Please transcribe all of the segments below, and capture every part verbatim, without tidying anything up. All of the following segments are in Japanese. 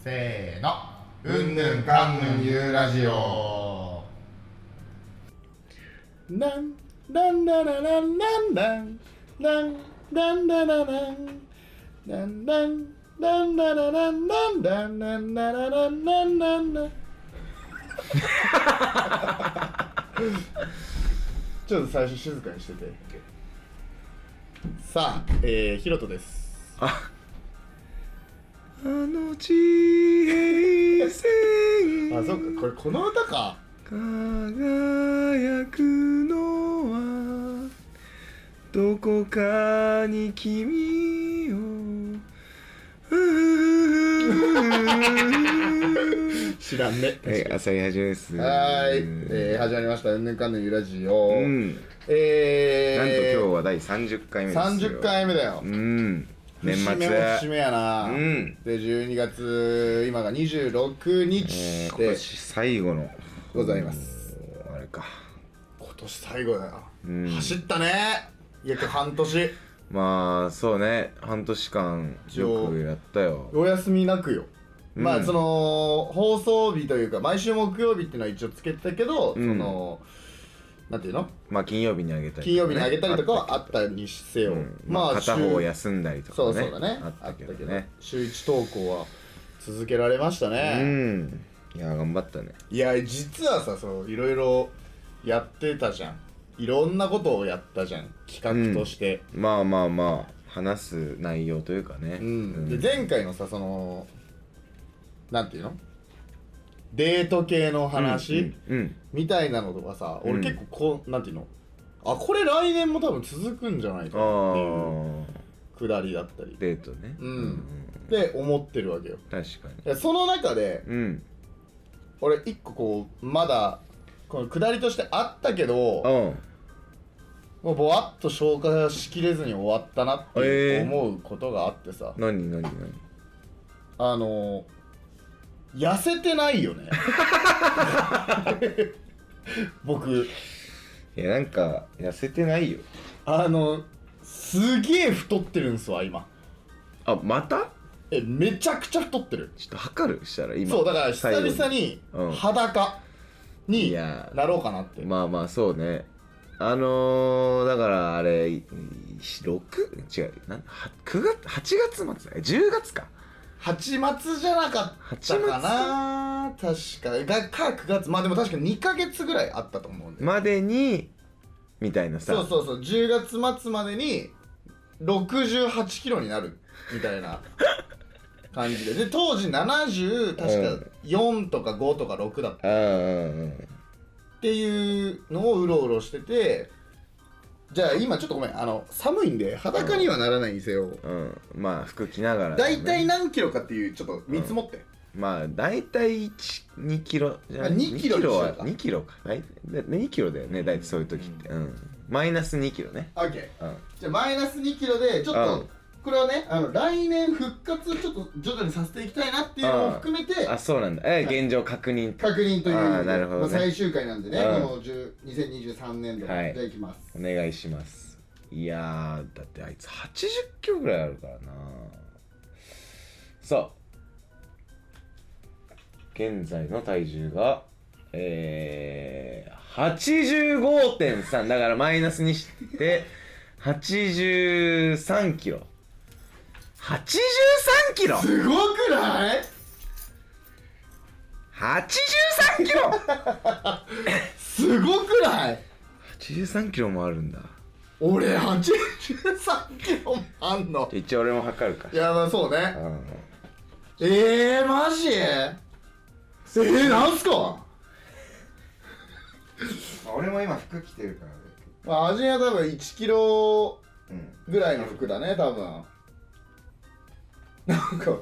せーの、うんぬんかんぬんゆうラジオ。ランランララランランランランランララランランランランララランランランランララランランランランちょっと最初静かにしてて。さあ、えー、ひろとです。 ああの地平線あ、そっか、これこの歌か。 輝くのはどこかに君を知らんね。 はい、朝日はじめです。 はーい、えー、始まりましたうんぬんかんぬんゆラジオ。 うん、 えー、 なんと今日はだいさんじゅっかいめですよ。 さんじゅっかいめだよ。 うん、年末節目も節目やな。 うん、 でじゅうにがつ今がにじゅうろくにちえー、 で今年最後のございます。 あれか、 今年最後だよ。 うん、 走ったね。約半年。 まあそうね、半年間よくやったよ。 お休みなくよ。 うん、 まあその放送日というか毎週木曜日っていうのは一応つけてたけど、うん、そのなんていうの、 まあ金曜日にあげたりとか、ね、 金曜日にあげたりとかはあったにせよ、うん、 まあ片方休んだりとかね、 そうそうだね、 あったけどね、 週一投稿は続けられましたね。 うん、いや頑張ったね。 いや実はさ、そういろいろやってたじゃん。いろんなことをやったじゃん、企画として、 うん、まあまあまあ話す内容というかね、 うんうん、で前回のさ、そのなんていうの、デート系の話、うんうん、みたいなのとかさ、俺結構こう、なんていうの、あ、これ来年も多分続くんじゃないかなっていうくだりだったり、 デートね、 うんうん、って思ってるわけよ。 確かに。 その中で、うん、俺一個こうまだこのくだりとしてあったけど、うん、もうぼわっと消化しきれずに終わったなって思うことがあってさ。 えー、何何何あの痩せてないよね僕。 いやなんか痩せてないよ。 あのすげえ太ってるんすわ今。 あ、また？ え、めちゃくちゃ太ってる。 ちょっと測るしたら今。 そうだから久々に裸になろうかなって。 まあまあそうね。あのー、だからあれろく違うなくがつはちがつまつじゅうがつか。 はちがつじゃなかったかな、確か。がかくがつ、まあでも確かににかげつぐらいあったと思うんで。 までにみたいなさ。 そうそうそう、じゅうがつまつまでにろくじゅうはちキロになるみたいな感じで。で当時ななじゅう確かよんとかごとかろくだった、うん、っていうのをうろうろしてて、じゃあ今ちょっとごめん、あの寒いんで裸にはならないにせよ、 うん、うん、まあ服着ながら、ね、 だいたい何キロかっていうちょっと見積もって、 うん、まあだいたいいち、にキロじゃあにキロにはにキロか、にキロだよね大体そういう時って、うん、うん、マイナスにキロね。 オッケー、うん、じゃあマイナスにキロでちょっと、うん、これはね、あの来年復活ちょっと徐々にさせていきたいなっていうのを含めて、 ああ、そうなんだ、え、はい、現状確認確認という、 あ、なるほどね、 まあ、最終回なんでね、このにせんにじゅうさんねん度、はい、じゃあいきます。 お願いします。いやーだってあいつはちじゅっキロぐらいあるからな。さあ現在の体重がえー、はちじゅうごてんさん だからマイナスにしてはちじゅうさんキロ。はちじゅうさんキロすごくない？ はちじゅうさんキロすごくない？ はちじゅうさんキロもあるんだ。 俺はちじゅうさんキロもあんの。 一応俺も測るか。 いやまあそうね、うん、えーマジ？えーなんすか俺も今服着てるからね。 まあ味は多分いちキロぐらいの服だね、多分。なんか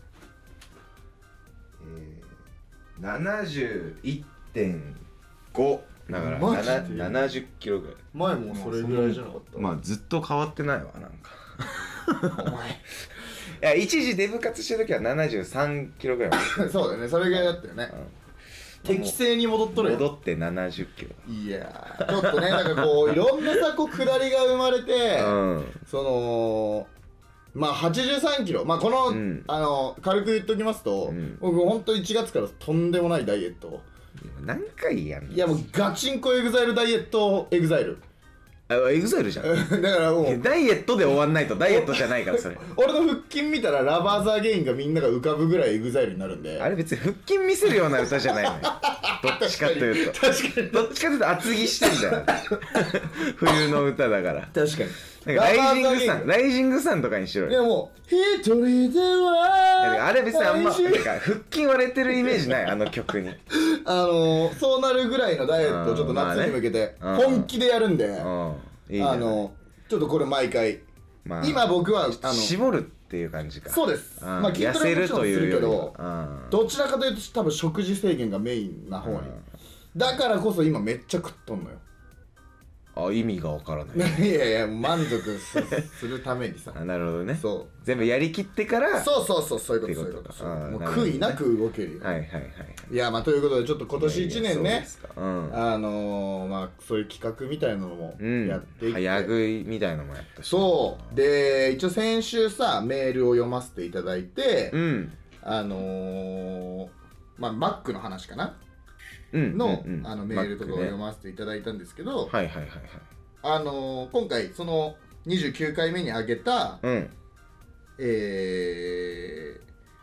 えー、ななじゅういってんごだからななじゅっキロぐらい。 前もそれぐらいじゃなかった？ まあずっと変わってないわなんかお前いや一時デブ活してる時はななじゅうさんキロぐらいそうだよね、それぐらいだったよね、うん、適正に戻っとるよ。 戻ってななじゅっキロ。 いやーちょっとね、なんかこういろんなさこう下りが生まれて、うん、そのまあはちじゅうさんキロ、まあこの、うん、あの軽く言っときますと、うん、僕ほんといちがつからとんでもないダイエットを何回やんの。 いやもうガチンコエグザイルダイエットエグザイルあ、エグザイルじゃんだからもうダイエットで終わんないとダイエットじゃないからそれ俺の腹筋見たらラバーザーゲインがみんなが浮かぶぐらいエグザイルになるんで、 あれ別に腹筋見せるような歌じゃないのよどっちかというと確かにどっちかというと厚着してんだよ冬の歌だから確かになんかライジングさんライジングさんとかにしろよ。 いやもう一人ではあれ別にあんまなんか腹筋割れてるイメージないあの曲にあのー、そうなるぐらいのダイエットをちょっと夏に向けて本気でやるんで、うんうんいいあのちょっとこれ毎回、まあ、今僕はあの絞るっていう感じか。 そうです、うん、まあ筋トレももちろんするけど、うん、どちらかというと多分食事制限がメインな方に、うん、だからこそ今めっちゃ食っとんのよ。 あ、意味がわからないいやいや満足 す, するためにさあなるほどね。 そう全部やりきってからそうそうそうそういうことそういうこともう悔いなく動けるよ。 はいはいはい、 いやまあということでちょっと今年いちねんねうん、 あのー、まあそういう企画みたいなのもやっていって、 うん、早食いみたいなのもやったしそうで一応先週さメールを読ませていただいて、うん、あのー、まあマックの話かなの、うんうんうん、あのメールとかを読ませていただいたんですけど、 はいはいはいはい、 あのー、今回そのにじゅうきゅうかいめに挙げた、うん、え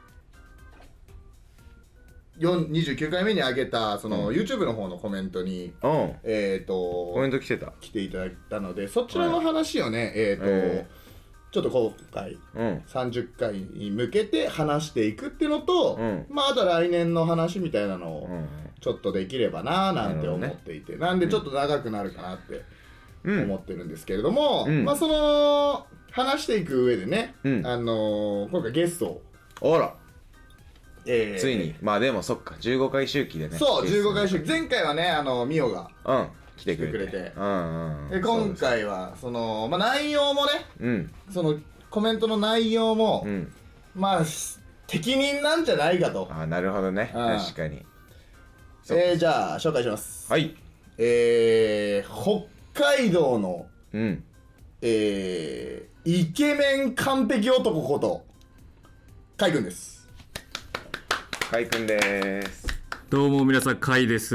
ー、にじゅうきゅうかいめに挙げたその、うん、YouTube の方のコメントに、うん、えーとコメント来てた来ていただいたのでそちらの話をね、はい、えーと、えーちょっと今回、うん、さんじゅっかいに向けて話していくっていうのと、うん、まああと来年の話みたいなのをちょっとできればなーなんて思っていて、うん、なんでちょっと長くなるかなって思ってるんですけれども、うん、まあその話していく上でね、うん、あのー、今回ゲストをあら、えー、ついにまあでもそっかじゅうごかい周期でね。 そうじゅうごかい周期前回はねあのミオがうん来てくれて、 来てくれてうんうん、で今回はその、まあ、内容もね、うん、そのコメントの内容も、うん、まあ適任なんじゃないかと。 あなるほどね、うん、確かに。 えー、じゃあ紹介します。 はい。 えー、北海道の、うん、えー、イケメン完璧男ことカイくんです。 カイくんでーす。 どうも皆さんカイです。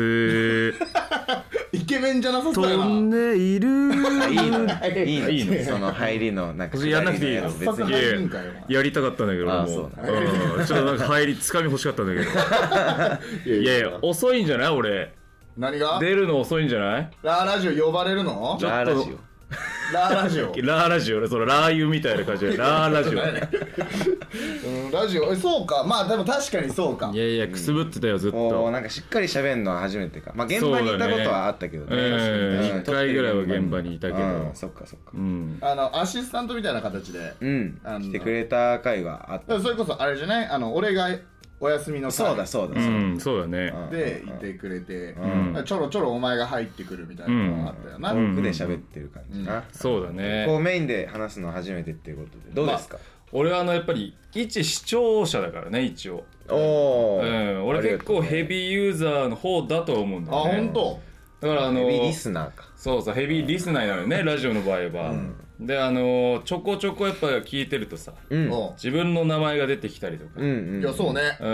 イケメンじゃなさそうやな。 飛んでいるー。 いいのいいのいいのその入りのなんかやんなくていいの別にやりたかったんだけどもうちょっとなんか入りつかみ欲しかったんだけどいやいや遅いんじゃない俺。 何が出るの遅いんじゃない。 ラーラジオ呼ばれるの。 ラーラジオラーラジオラーラジオね、そのラー油みたいな感じでラーラジオうん、ラジオそうか。まあでも確かにそうか。 いやいやくすぶってたよずっと。 なんかしっかり喋るのは初めてか。まあ現場にいたことはあったけどね。 いっかいぐらいは現場にいたけど。 そっかそっか、 うん、あのアシスタントみたいな形で、 うん、来てくれた回があった。 それこそあれじゃない、あの俺がお休みの回。 そうだそうだそうだ、うん、 そうだね。 でいてくれて、うん、ちょろちょろお前が入ってくるみたいなのがあったよな。 トークで喋ってる感じな、うん、 そうだね。 こうメインで話すの初めてっていうことでどうですか。まあ、 俺はあのやっぱり一視聴者だからね一応。おお、うん、俺結構ヘビーユーザーの方だと思うんだよね。 あ、本当。 だからあのヘビーリスナーか。 そうそうヘビーリスナーなのよね、ラジオの場合は、うん、であのちょこちょこやっぱ聞いてるとさ、うん、自分の名前が出てきたりとか、 うんうん、いやそうね、 うん、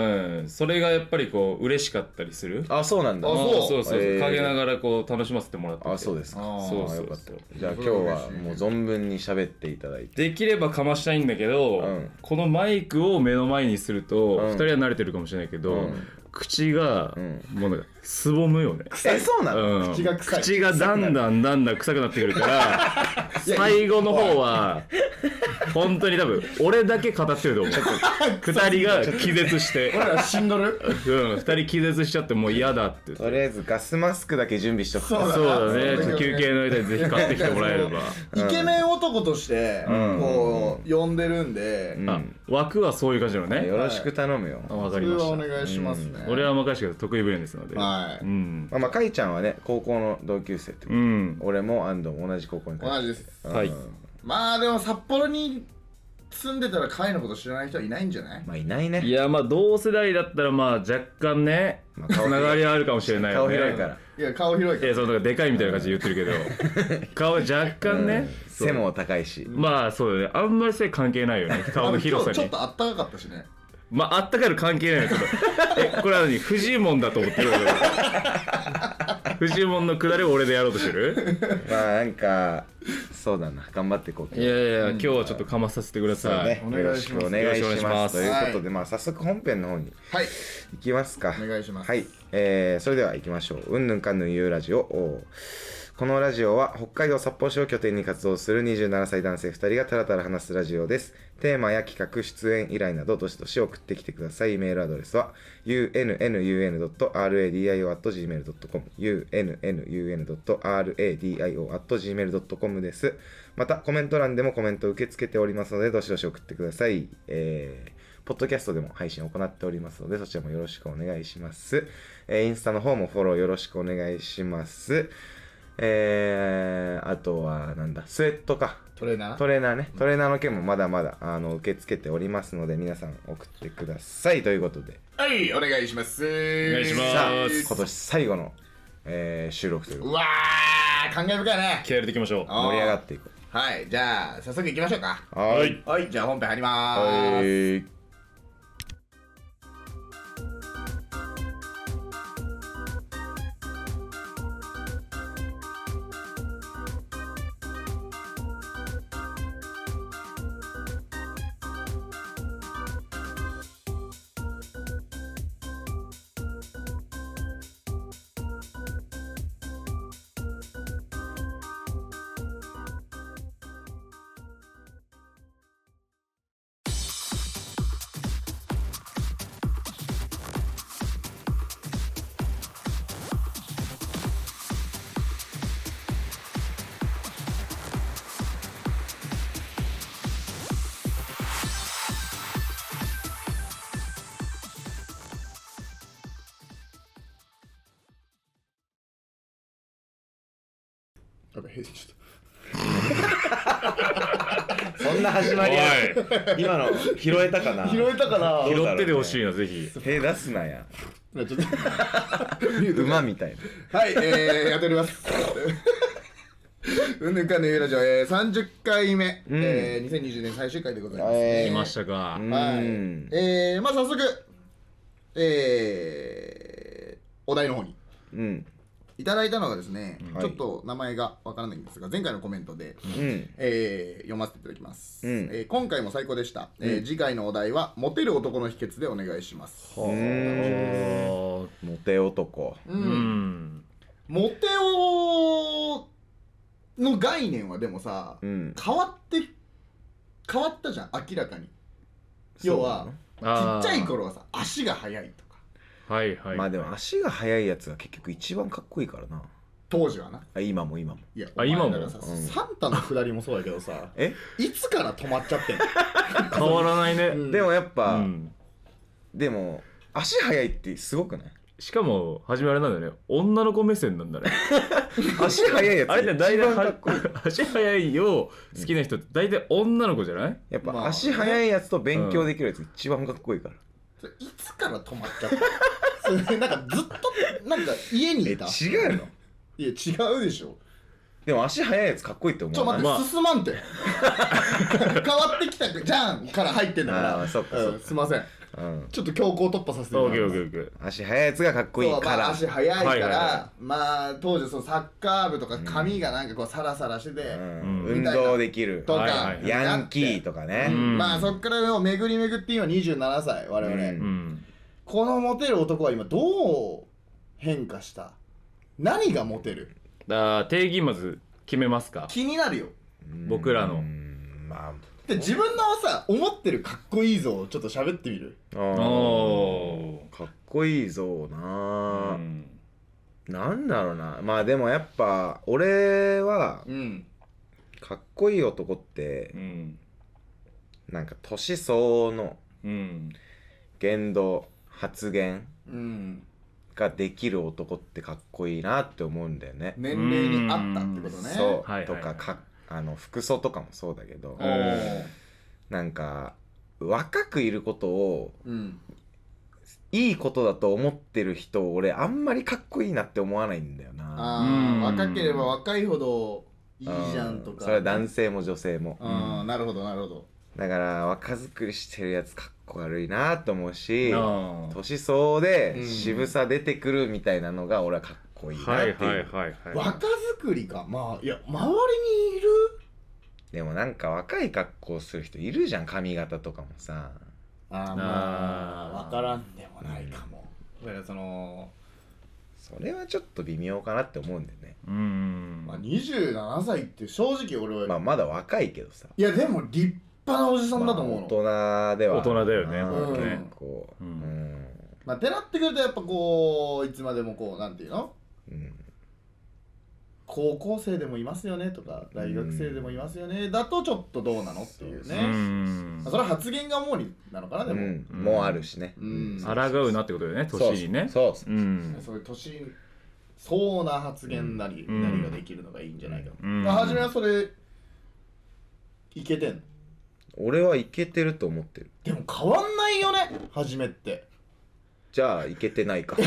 それがやっぱりこう嬉しかったりする。 あ、そうなんだ。 あ、そうそうそう、えー、陰ながらこう楽しませてもらってて。 あ、そうですか。 そうそうそう。 じゃあ今日はもう存分に喋っていただいて、 できればかましたいんだけど、うん、このマイクを目の前にすると、うん、ふたりは慣れてるかもしれないけど、うん、口が、うん、もうなんかすぼむよね。 え、そうなの、 うん、口が臭い。 口がだんだんだんだん臭くなってくるから最後の方は本当に多分俺だけ語ってると思う。ふたりが気絶して俺ら死んどる。 うん、ふたり気絶しちゃってもう嫌だって。 とりあえずガスマスクだけ準備しとく。 そうだ、そうだね。休憩の間にぜひ買ってきてもらえれば。 イケメン男としてこう呼んでるんで、 うん、あ、枠はそういう感じのね。 よろしく頼むよ。 わかりました。 それはお願いしますね。 うん、俺は任せて得意分野ですので。 はい。 うん。 まあまあかいちゃんはね高校の同級生ってこと。うん。俺も安藤も同じ高校に。 同じです。 はい。 まあでも札幌に住んでたらカイのこと知らない人はいないんじゃない。 まあいないね。 いやまあ同世代だったらまあ若干ね、 まあ、 つながりはあるかもしれないよね。 顔広いからいや顔広いからいやそのなんかでかいみたいな感じで言ってるけど顔若干ね、 うん、背も高いし、 まあそうだね、あんまり背関係ないよね、顔の広さに。 ちょっとあったかかったしね。 まああったかいの関係ないよちょっとえこれは何フジモンだと思ってる俺フジモンのくだりを俺でやろうとしてるまあなんかそうだな、頑張っていこう。 いやいや、うん、今日はちょっとかまさせてください、 ね、よろしくお願いします。ということで、はい、まあ早速本編の方に行きますか。 お願いします。 はい、えー、それでは行きましょう。うんぬんかんぬんゆうラジオ。このラジオは北海道札幌市を拠点に活動するにじゅうななさい男性ふたりがたらたら話すラジオです。テーマや企画、出演依頼などどしどし送ってきてください。メールアドレスは ユーエヌエヌユーエヌドットラディオアットジーメールドットコム ユーエヌエヌユーエヌドットラディオアットジーメールドットコム です。またコメント欄でもコメントを受け付けておりますのでどしどし送ってください。えーポッドキャストでも配信を行っておりますのでそちらもよろしくお願いします。えー、インスタの方もフォローよろしくお願いします。えー、あとはなんだスウェットかトレーナートレーナーねトレーナーの件もまだまだあの受け付けておりますので皆さん送ってくださいということで、 はいお願いします。 お願いします。 さあ今年最後の、えー、収録ということでうわー感慨深いね。 気合入れていきましょう。 盛り上がっていこう。はいじゃあ早速いきましょうか。 う。はいはいじゃあ本編入りまーす。 はいやべ、ちょっそんな始まりや今の拾えたかな。 拾えたかな。 拾っててほしいなぜひ。 手出すなやちょっと馬みたいな。はい、えー、やっておりますうんぬんかんぬんゆうラジオ、えー、さんじゅっかいめ、うんえー、にせんにじゅうねん最終回でございます、ね、 来ましたか。 はい、えー、まあ早速えー、お題の方にうんいただいたのがですね、 はい、 ちょっと名前がわからないんですが前回のコメントで、 うんえー、読ませていただきます、 うんえー、今回も最高でした、 うんえー、次回のお題はモテる男の秘訣でお願いします。 はあモテ男、 うん、うん、モテ男の概念はでもさ、うん、変わって変わったじゃん明らかに。要はちっちゃい頃はさ足が速いとかはいはい、 まあでも足が速いやつが結局一番かっこいいからな当時はな。 あ今も今もいやあ今もだからさ、うん、サンタの下りもそうやけどさえいつから止まっちゃってんの変わらないね、 うん、でもやっぱ、 うん、 でも足速いってすごくない？ しかも初めあれなんだよね女の子目線なんだね足速いやつあれって大体足速いを好きな人って大体女の子じゃない？ やっぱ足速いやつと勉強できるやつ一番かっこいいから、 それいつから止まっちゃったそれなんかずっとなんか家にいた。 え違うの？ いや違うでしょ。 でも足速いやつかっこいいって思う。 ちょ待って、 まあ、 進まんて変わってきたじゃんから入ってんだからあそっかそっか、 うん、すいません、 うん、 ちょっと強行突破させてもらいます。 足速いやつがかっこいいから、 まあ、足速いから、はいはいはい、まあ当時そのサッカー部とか髪がなんかこうサラサラしてて、うん、 運動できるとか、 はいはいはい、 ヤンキーとかね、 うん、まあそっからを巡り巡って今にじゅうななさい我々、うん、このモテる男は今どう変化した？何がモテる？ だ定義まず決めますか？ 気になるよ僕らの。 まあで自分のさ思ってるかっこいい像をちょっと喋ってみる。 おかっこいい像な、うん、なんだろうな。まあでもやっぱ俺は、うん、かっこいい男って、うん、なんか年相応の言動、発言、うんができる男ってかっこいいなって思うんだよね。 年齢に合ったってことね。 そう、 はいはいはい、 とかかあの服装とかもそうだけど、なんか若くいることを、うん、 いいことだと思ってる人俺あんまりかっこいいなって思わないんだよな。 あうんあ若ければ若いほどいいじゃんとか、 うんそれは男性も女性も。 ああなるほどなるほど。 だから若作りしてるやつかっこ悪いなと思うし、 あー年相応でうん渋さ出てくるみたいなのが俺はかっこいいなっていう、 はいはいはいはい若作りか。まあいや周りにいる。 でもなんか若い格好する人いるじゃん、髪型とかもさ。 ああまああー分からんでもないかも。だからその、 それはちょっと微妙かなって思うんだよね。 うーんまあ、にじゅうななさいって正直俺は、 まあまだ若いけどさ、 いやでも立派なおじさんだと思うの、 まあ大人では大人だよねうんもうね結構ううんん、 まあってなってくるとやっぱこういつまでもこうなんていうの、 うん高校生でもいますよねとか大学生でもいますよねだとちょっとどうなのっていうね。 うーんまあそれは発言が主になのかなでも、 うんもうあるしね。 うん抗うなってことだよねそう年にねそうそううんそういう年そうな発言なり、 うん何ができるのがいいんじゃないか、 うんまあ初めはそれいけてんの。 俺はいけてると思ってる。 でも変わんないよね初めって。 じゃあいけてないか。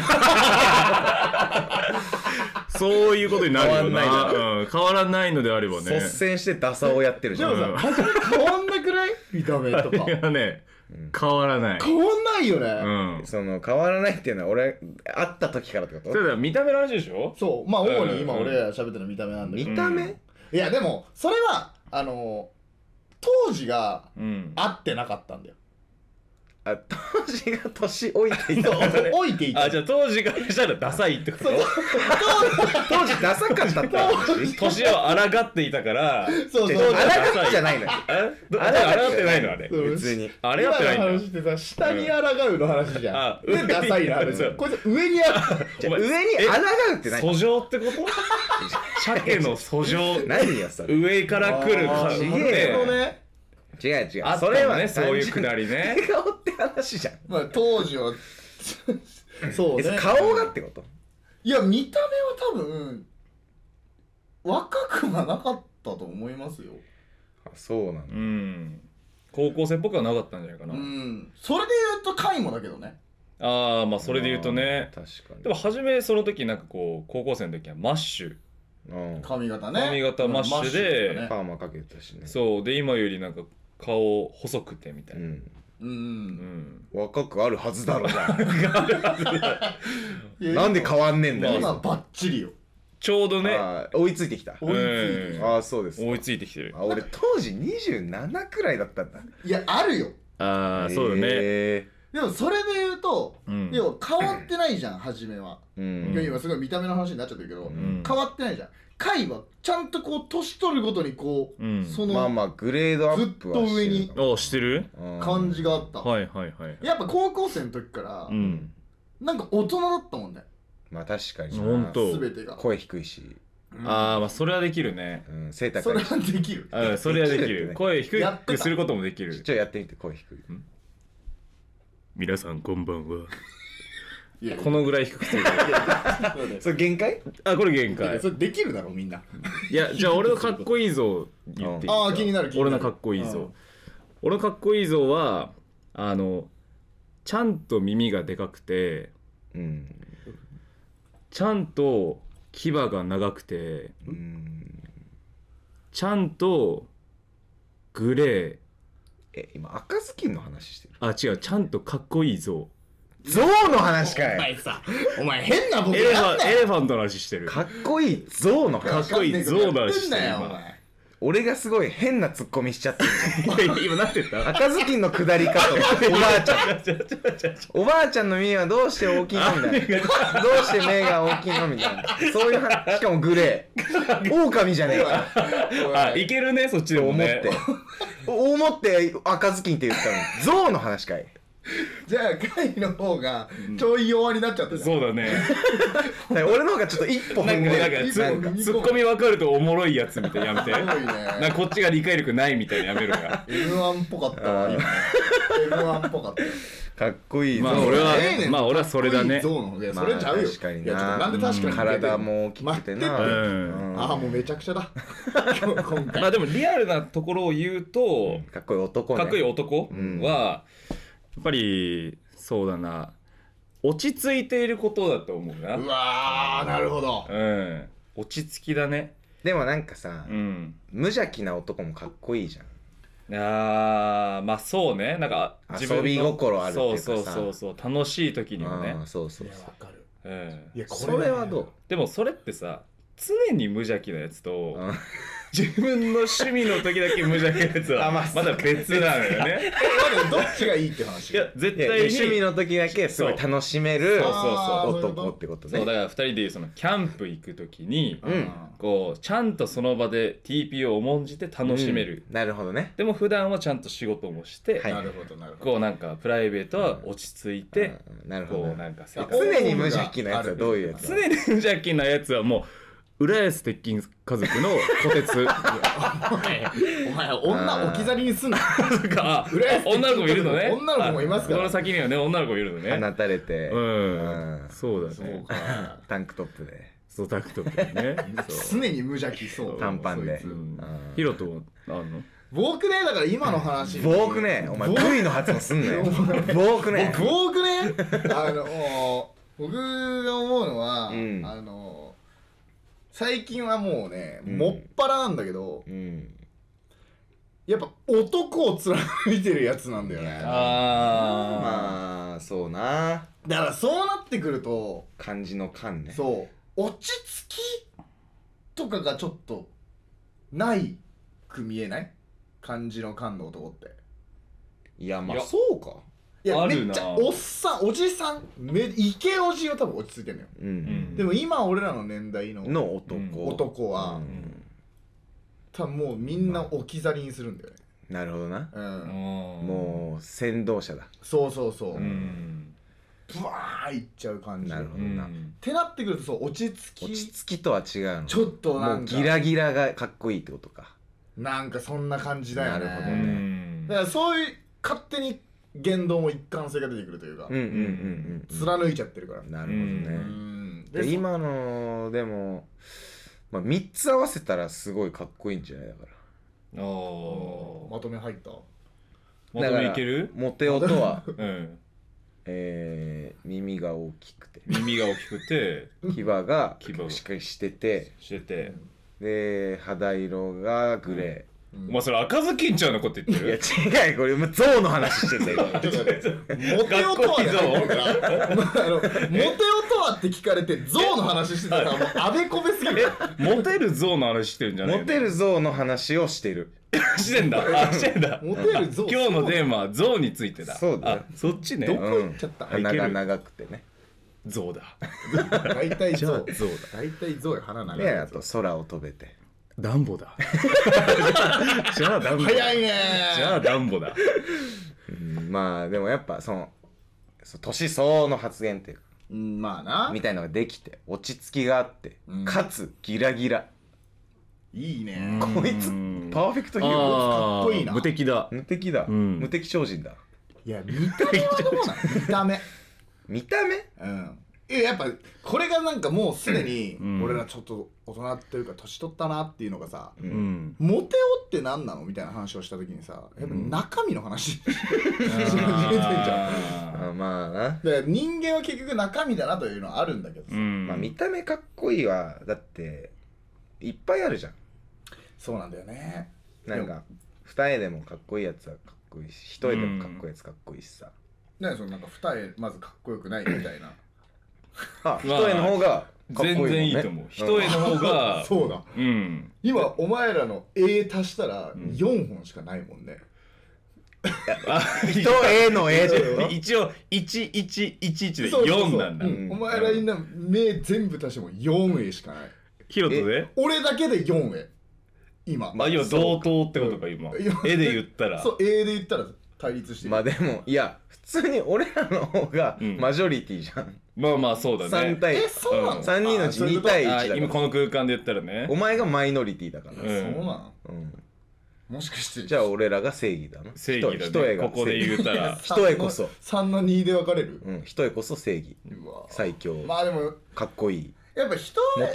そういうことになるよ変わんないなだうん変わらないのであればね率先してダサをやってるじゃん。 じゃあさ、 うん初め変わんなくない見た目とかいやねうん変わらない変わんないよね、 うんその変わらないっていうのは俺会った時からってことそれだ見た目の話でしょそうまあ主に今うん俺ら喋ってるの見た目なんだけど、 見た目、 うんいやでもそれはあの当時がうん合ってなかったんだよ。 あ当時が年老いていたそうからね。 置いていた。 あじゃあ当時からしたらダサいってこと当時ダサかったって話。 年を抗っていたからそうそう違う違う抗っちゃないのよ。 えど抗っってないのあれそう別に。 あれやってないんだ今の話ってさ下に抗うの話じゃん、 あでダサいな話そうこいつ上に抗うじゃあお前上に抗うって何？ 訴状ってこと鮭の訴状何よそれ。 上から来るあー感じちげえでよなるほどね。 違う違う。 あったそれはねそういうくだりね。 顔って話じゃん。 まあ当時はそうね。 え顔がってこと？ いや見た目は多分若くはなかったと思いますよ。 あそうなんだ。 うん高校生っぽくはなかったんじゃないかな、 うんそれで言うとカイもだけどね。 ああまあそれで言うとねあー確かに。 でも初めその時なんかこう高校生の時はマッシュうん髪型ね。 髪型マッシュでうんマッシュだパーマかけてたしね。 そうで今よりなんか顔細くてみたいな、 うん。 ううんん若くあるはずだろじゃん。 いやなんで変わんねえんだよ。 今バッチリよ。 ちょうどねあー追いついてきた。 追いついてるうんああそうですか。 追いついてきてるあ俺当時にじゅうななくらいだったんだ。 いやあるよ。 ああそうだねへでもそれで言うと、 うん要は変わってないじゃん初めは、 ーういやん。 今すごい見た目の話になっちゃってるけど、 うん変わってないじゃん。回はちゃんとこう年取るごとにこう、 うんその、 まあまあグレードアップはしてるずっと上にあしてる感じがあった、 はいはいはいやっぱ高校生の時から、 ううんん。 なんか大人だったもんねまあ確かにな。 ほんと全てが、 声低いし、 うんああまあそれはできるねうん、背それ高いし。 はできる。 うんそれはできるできるってね声低やってたくすることもできるちょっとやってみて声低い。 皆さんこんばんはいやこのぐらい低くするそうだよそれ限界？ あこれ限いや界それできるだろみんな。 いやじゃあ俺のかっこいい像言っていいああ気になる気になる。 俺のかっこいい像、 うん俺のかっこいい像はあのちゃんと耳がでかくてうん。 ちゃんと牙が長くてうん。 ちゃんとグレーえ今赤ずきんの話してる。 あ違うちゃんとかっこいい像象の話かおい。 前さお前変なボエレフケやんなァエレファントの話してるかっこいい象の話。 かっこいい象の話してるやってんだよお今前。 俺がすごい変なツッコミしちゃってる。 いや今なってた赤ずきんの下りかとおばあちゃん。 ちょちょちょちょおばあちゃんの耳はどうして大きいのみたいな。どうして目が大きいのみたいな。そういう話。しかもグレー。狼じゃねえか。 あいけるねそっちでもね思って。思って赤ずきんって言ったのに。象の話かい。 じゃあ回の方がちょい弱になっちゃったじゃん。 そうだね俺の方がちょっと一歩なんか踏んでなんかツ一歩ッツッコミ分かるとおもろいやつみたいなやめてすごいね。 なんかこっちが理解力ないみたいなやめるからエムワン っぽかったわ今ね。エムワン っぽかったよ。 かっこいい象。 まあ俺はええねんまあ俺はそれだねかっこいい像の方でそれちゃうよ。 まあ確かにないやちょっとなんで確かに体も大きくてな。 待ってってうんああもうめちゃくちゃだ。今回。 まあでもリアルなところを言うとかっこいい男ね。 かっこいい男うんはやっぱりそうだな落ち着いていることだと思うな。 うわーなるほど。 うん落ち着きだね。 でもなんかさ、 うん無邪気な男もかっこいいじゃん。 あーまあそうねなんか遊び心あるっていうかさそうそうそうそう楽しい時にはねあーそうそういやそうわかる。 うんいやこそれはどう？ でもそれってさ常に無邪気なやつとうん自分の趣味の時だけ無邪気なやつはあまあまだ別なのよね。 え待ってどっちがいいって話？ いや絶いや対に趣味の時だけすごい楽しめるそうそうそう男ってことね。 そうだからふたりでいうそのキャンプ行く時にうんこうちゃんとその場で ティーピー を重んじて楽しめる、 うんなるほどね。 でも普段はちゃんと仕事もして、 はいなるほどなるほど。 こうなんかプライベートは落ち着いて、 うんなるほどこうなんか生あ活常に無邪気なやつはどういうやつ？ 常に無邪気なやつはもう浦安鉄筋家族の虎鉄お前女置き去りにすんな。 とか浦安鉄筋女の子もいるのね。 女の子もいますからこの先にはね女の子もいるのね。 放たれて、 うん、 うんそうだそうね。 か。 タンクトップでそうタクトね。そう常に無邪気そう。 短パンでそいつうんあーヒロトはあんの？ 僕ねだから今の話。 ボークねお前ボー V の発音すんなよボークね僕ねあのもう僕が思うのは、 うんあの最近はもうね、 うんもっぱらなんだけどうんやっぱ男を貫いてるやつなんだよね。 いやあまあそうなだからそうなってくると漢字の漢ねそう落ち着きとかがちょっとないく見えない？漢字の漢の男っていやまあいやそうかいやあるなめっちゃおっさんおじさんめイケおじは多分落ち着いてんのよ。 ううんんでも今俺らの年代のの男、 うん男は、 うん多分もうみんな置き去りにするんだよね。 なるほどなうん、 ももう先導者だそうそうそう、 うブんワーいっちゃう感じ。 なるほどな、 うんってなってくるとそう落ち着き落ち着きとは違うのちょっとなんかもうギラギラがかっこいいってことかなんかそんな感じだよね。 なるほどねうんだからそういう勝手に言動も一貫性が出てくるというか、 うんうんうんうん貫いちゃってるから。 なるほどね、 うんで今のでも、まあ、みっつ合わせたらすごいかっこいいんじゃないだからおーまとめ入った。 まとめいける？ モテ男は、 うんえー、耳が大きくて耳が大きくて牙が牙がしっかりしててしててで肌色がグレうんお前それ赤ずきんちゃうのこと言ってー、いやる？ 違うこれ象の話してたよちょっと待ってモテ男はで入ってるからあのモテ男はって聞かれて象の話してたらもうあべこべすぎる。 モテる像の話してるんじゃないモテる象の話をしてるしてんだあしてんだモテる象今日のテーマは象についてだそうだよあそっちねどこ行っちゃった鼻が長くてね象だ大体象じゃあ象だ大体象や花長いでやつあと空を飛べてダンボだじゃあダンボ早いねー。 じゃあダンボだうんまあでもやっぱそのそう年相応の発言っていうかうんまあなみたいのができて落ち着きがあって、 うんかつギラギラいいね。 こいつうんパーフェクトヒーロあかっこいいな無敵だー無敵だ、 うん無敵超人だいや見た目はどうなの見た目見た目うんいややっぱこれがなんかもうすでにうん俺らちょっと大人っていうか年取ったなっていうのがさ、 ううんモテ男って何なのみたいな話をした時にさやっぱ中身の話、し始めてんじゃん。 ああまあな、 だから人間は結局中身だなというのはあるんだけどさ、 ーうんまあ、見た目かっこいいはだっていっぱいあるじゃんそうなんだよね。 なんか二重でもかっこいいやつはかっこいいし一重でもかっこいいやつかっこいいしさ、 何そのなんか二重まずかっこよくないみたいな。 あ一重の方がかっこいいもんね全然いいと思う一重の方がそうだうん今お前らの A 足したらんよんほんしかないもんね。 あ一重の絵で一応いちいちいちいちでそうそうそうよんなんだうんお前らみんな目全部足してもよんえしかない。 ヒロトで俺だけでよんえ今。 まあ要は同等ってことか今いや絵で言ったらそう A で言ったら対立してる。 まあでもいや普通に俺らの方がうんマジョリティじゃん、 まあまあそうだねさん対えそうなの？ さんにんのうちに対いちだからあ今この空間で言ったらねお前がマイノリティだから、 そううんなの？ うん、 もしかしてじゃあ俺らが正義だな正義だ一重がねここで言うたら一重こそさんのにで分かれる。 うん、一重こそ正義うわ最強、 まあでもかっこいいやっぱ人はモテる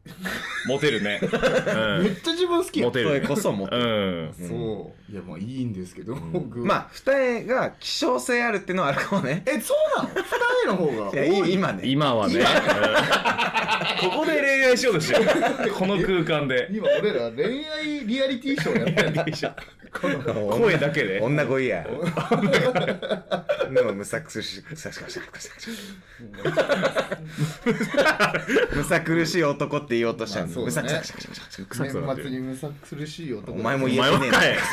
モテるね。 めっちゃ自分好きやん。 モテる。 それこそモテる。 うん。 そういやまあいいんですけど、僕まあ二重が希少性あるっていうのはあるかもね。 えそうなの？二重の方がいや多い。 今ね。 今はね。うんここで恋愛しようとしてる。この空間で。 今俺ら恋愛リアリティショーやってんだ。この声だけで。 女声や。でもむさ苦しいむさ苦しいむさ苦しい男って言おうとしたんで、むさまあそうだね苦しい臭くなってる年末にむさ苦しい男。 お前も言えお前てねえな。 はかい。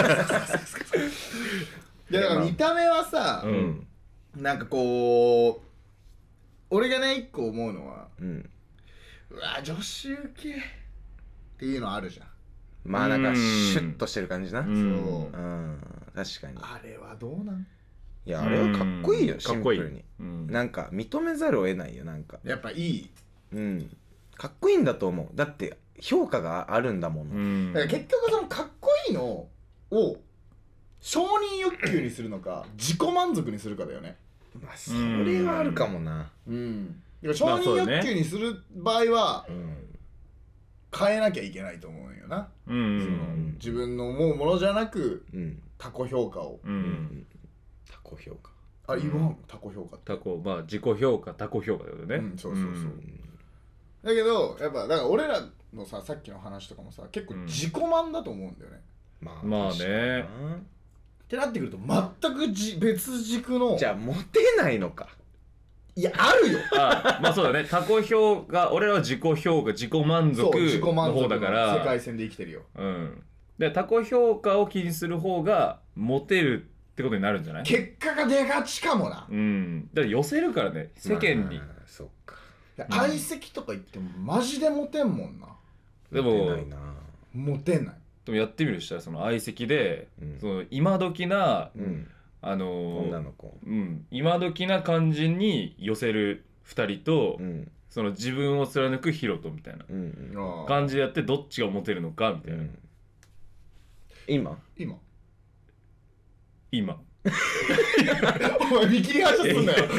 いやだから見た目はさ、 うん。 なんかこう俺がね一個思うのは、 うん。 うわ女子受けっていうのあるじゃん。 まあなんかシュッとしてる感じな。 ううん、 ん。 確かに。 あれはどうなん？ いやあれはかっこいいよ、 うんシンプルに。 うん。 なんか認めざるを得ないよ、なんか。 やっぱいい。 うん。かっこいいんだと思う。だって評価があるんだもの。 うんだから結局そのかっこいいのを承認欲求にするのか自己満足にするかだよね。 まあそれはあるかもな。 うん。だから承認欲求にする場合はうん。 変えなきゃいけないと思うんよな。 うそのん。 自分の思うものじゃなくうん。 他己評価を。 う。 うんん。他己評価。 あ、言わん他己評価って。 他己、まあ自己評価、他己評価だよね。 うんそうそうそううんだけどやっぱだから俺らのささっきの話とかもさ結構自己満だと思うんだよね。 ままあね確かになってなってくると全くじ別軸の。 じゃあモテないのか。 いやあるよ。 あまあそうだね。他己評価、俺らは自己評価、自己満足そう自己満の足の方だから。 世界線で生きてるよ。 うん。で、他己評価を気にする方がモテるってことになるんじゃない？ 結果が出がちかもな。 うん。だから寄せるからね、世間に。 まあそっか。 いや相席とか言ってもマジでモテんもんな。 でもモテないな。 モテない。 でもやってみるとしたら、その相席で、 うんその今時な、 うん。 あのー女の子。 うん、今時な感じに寄せるふたりと、 うん。 その自分を貫くヒロトみたいなうん。 ああ感じでやって、どっちがモテるのかみたいな。 うん。今今今。 お前見切り発車すんなよ。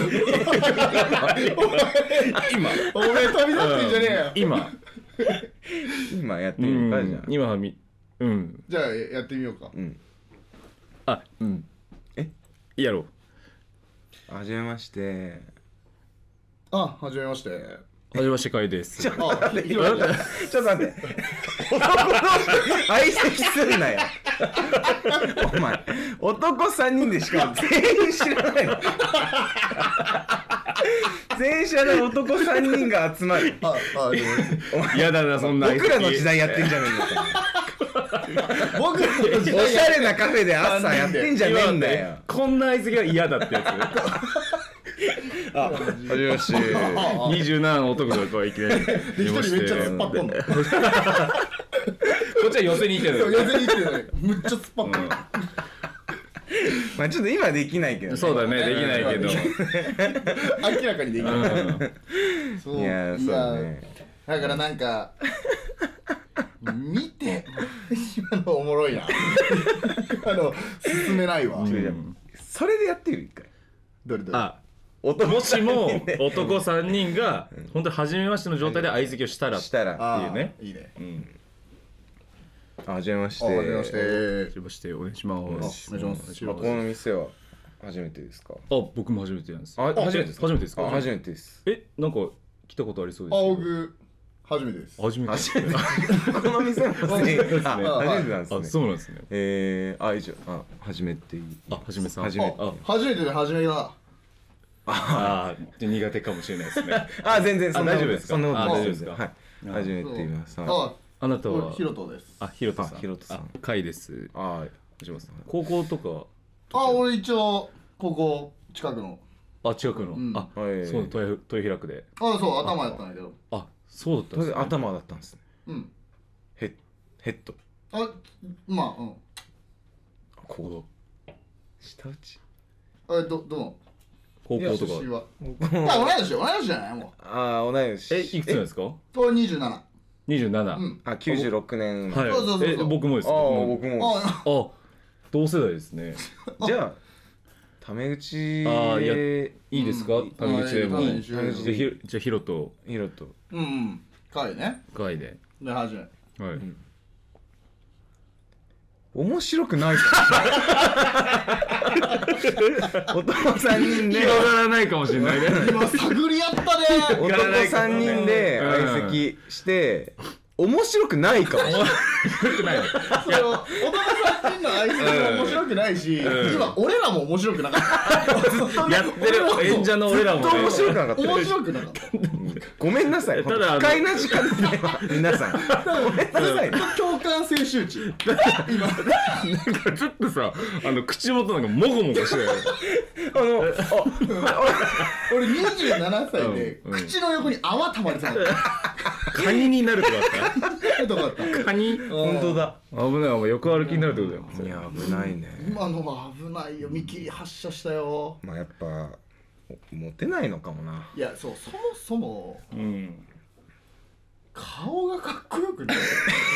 今。 お前旅立ってんじゃねえよ。 今。 今やってうみるかじゃん、今はみ、うん。 じゃあやってみようか。 あ。うん。 あ、うん。 えやろう。 はじめまして。 あ、はじめまして。 はじめまして、かいです。 ちょっとあ、 待って、 ひろちょっと待って。男の相席すんなよ。お前、男さんにんでしかも全員知らないの。全員知らない男さんにんが集まる。 あ、あ、でも嫌だな、そんな相席。 僕らの時代やってんじゃねえのか。 僕らの時お代しゃれなカフェで朝やってんじゃねえんだよ。 こんな相席は嫌だってやつ。 あ、はじめまして。 にじゅうななの男がこういきなりで一人めっちゃ突っ張っとんの。 こっちは寄せに行ってる。 寄せに行ってるのにむっちゃ突っ張っとんの。 まあちょっと今できないけどね。 そうだね、できないけど。 明らかにできない。 うんそういや、そうね。 だからなんか見て今のおもろいな。あの進めないわ。 うんそれでやってる一回。 どれどれ。 あ、 男もしも男さんにんが本当に初めましての状態で相席をしたらってしたら。 あっていうねいいね。 うん。 あ、はじめまして。 あ、はじめまして。 はじめまして、お願いします。 お願いしますあ、この店は初めてですか？ あ、僕も初めてなんです。 あ、初めてですか？ 初めてですか？ あ、初めてです。 え、なんか来たことありそうあ、 ですけど。 僕初めてです。 初めて。 初めて。この店もね、あ、初めてなんですあ、 ね。 そうなんですね。 えー、あ、以上、あ、初めていい。 あ、はじめさん。 初めて。 あ、 初めてで初めだ。 あー、苦手かもしれないですね。 あ、全然、そんなこと大丈夫ですかそんなことあない大丈夫ですかはい。初めて言います。はいあ、 あなたはヒロトです。 あ、ひろとさん。 あひろとさんあ、かいです。 あ藤本さん。高校とか、 あ、俺一応ここ近くの。 あ、近くの。 うんあ、 はいそう、豊豊平区で。 あ、そう頭やったんだけど。 あ、そうだったんですね。 頭だったんですね。 うん。 ヘッ、ヘッド。 あ、まあうん。 ここ下打ち。 えどどの？ 高校とか。 出身は。あ、同い年よ同い年じゃないもああ、同い年。 え、いくつなんですか？ う。これ二十七。 にじゅうなな。 うん。 あ、きゅうじゅうろくねん。 はい。 そうそうそうそうえ、僕もです。 ああ、 もう僕も。 あ、 あ、同世代ですね。 じゃあ、タメ口ああ、いや、いで、 いですか？ うんタメ口でも。 あいいじゃあ、 タメ口ひじゃあひろと。 ヒロと。 うんうん。 回ね回でで始めはい、 うん、 面白くないかも男さんにんで広がらないかもしれないね今探り合ったね男さんにんで相席して面白くないかも面白くないその男さんにんの相手も面白くないし、うん、今俺らも面白くなかったやってる演者の俺らも、ね、 面白くなかった面白くなかったごめんなさいただ不快な時間で皆さんごめんなさい共感性周知今なんかちょっとさあの口元なんかもごもごしてるあのあ俺にじゅうななさいで、うん、口の横に泡たまりそうだったカニになるとかあどかったカニ本当だ危ないお前横歩きになるってことだよいや危ないね今のは危ないよ見切り発車したよまあやっぱモテないのかもないやそうそもそも、 うん、 顔がかっこよくない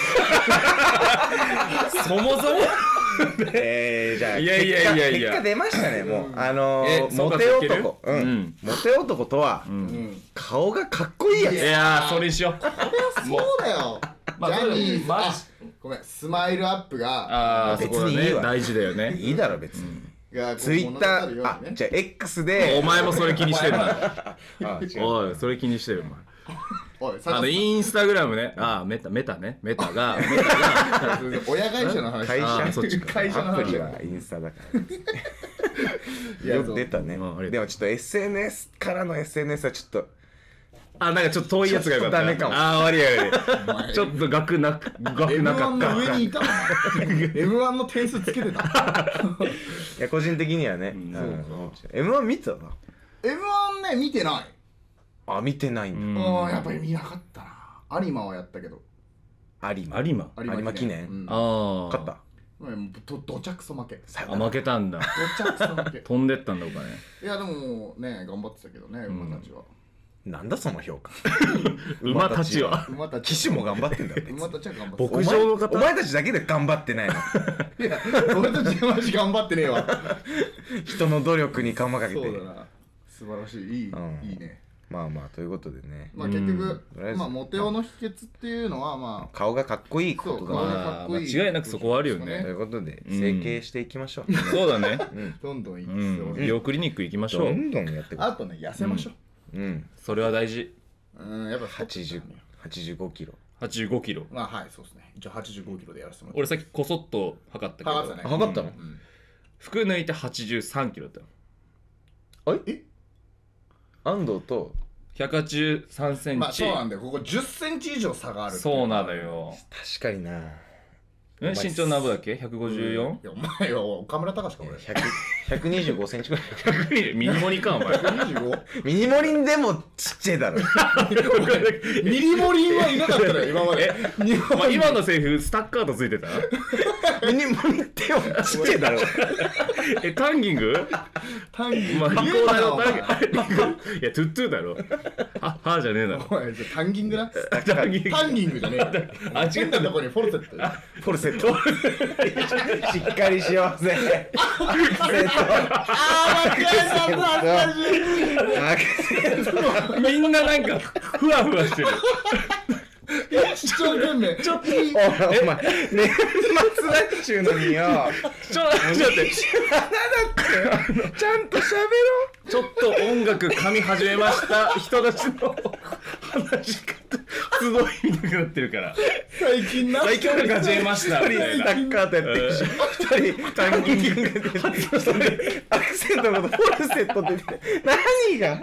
そもそもえー、じゃあいやいやいやいや結果出ましたねもうあのー、モテ男うん、うん、モテ男とは、うん、顔がかっこいいやついやーそれにしようこれはそうだよジャニーズあごめんスマイルアップがあ別にいいわ大事だよねいいだろ別に、うんツイッター、あ、じゃあ X でお前もそれ気にしてるなおい、それ気にしてるお前おいあのインスタグラムねあ、メタ、メタねメタがメタが親会社の話会社そっちか会社の話アプリはインスタだからよく出たねでもちょっと エスエヌエス からの エスエヌエス はちょっとあ、なんかちょっと遠いやつがよかったダメかもあー、悪い悪いちょっと額なく額なかったエムワン の上にいたエムワン の点数つけてたいや個人的にはね、うん、エムワン 見てたなエムワン ね見てないあ見てないんだああやっぱり見なかったな有馬はやったけど有馬有馬有馬記念、 うん、ああ勝ったどどちゃくそ負けあ負けたんだどちゃくそ負け飛んでったんだお金いやでもね頑張ってたけどね馬たちは、 うん、なんだその評価馬たちは騎手も頑張ってんだよ馬たちは頑張って牧場の方お前たちだけで頑張ってないのいや俺たちマジ頑張ってねえわ人の努力に釜かけてそうだな素晴らしいいい、うん、いいねまあまあということでねまあ結局、うん、まあモテ男の秘訣っていうのはまあ顔がかっこいいことだな間違いなくそこはあるよねということで整形していきましょう、 うん、そうだね、 うん、どんどんいいですよ、うん、美容クリニック行きましょうどんどんやってあとね痩せましょううん、うん、 それは大事うんやっぱはちじゅう、はちじゅうごキロはちじゅうごキロまあはいそうですね一応はちじゅうごキロでやらせてもらって俺さっきこそっと測ったけど測ったね測ったの、 うん、 服抜いてはちじゅうさんキロだったのええ安藤とひゃくはちじゅうさんセンチまあそうなんだよここじゅっセンチ以上差があるそうなんだよ確かになえ身長何ぼだっけ ひゃくごじゅうよん？ いやお前は岡村隆史か俺ひゃくにじゅうごセンチぐらいひゃくにじゅうミニモリかお前ひゃくにじゅうご? ミニモリンでもちっちゃいだろミニモリンはいなかったよ今までまあ、今のセリフスタッカートついてたミニモリンってもちっちゃいだろえタンギングタンギングまあリコーダーのタンギングいやトゥットゥだろははじゃねえだろお前タンギングなタンギングタンギングじゃねえあ違うんだとこにフォルセットフォルセットしっかりしようぜアクセントあー間違えたアクセントみんななんかふわふわしてる一生懸命ちょっとお前年末だっちゅうのによちょっと待ってちゃんと喋ろうちょっと音楽噛み始めました人たちの話し方集いみたくなってるから最近な最近音楽始めましたみたいなタッカートやってるしふたりタンギングでアクセントのことフォルセットって言って何が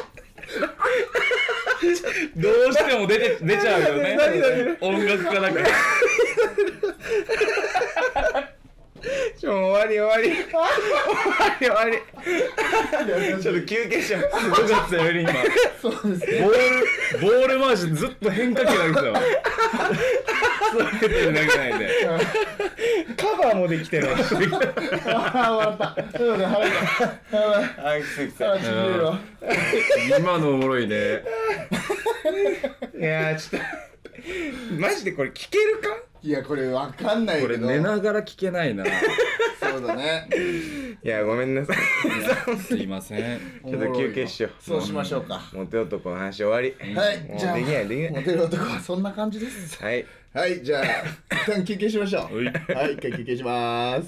どうしても出て出ちゃうよね音楽家だからちょ終わり終わり終わり終わりちょっと休憩しようすごかったよね今そうですねボールボール回しずっと変化球投げてたわそう投げないでカバーもできてるああ終わったそうだ腹がやばい今のおもろいねいやちょっとマジでこれ聞けるかいやこれわかんないけどこれ寝ながら聞けないなそうそうだね。 いやごめんなさいすいません。 ちょっと休憩しよう。 そうしましょうか。 モテ男の話終わり。 はいもうじゃあできないできないモテる男はそんな感じです。 はいはいじゃあ一旦休憩しましょう。 はいはい一回休憩します。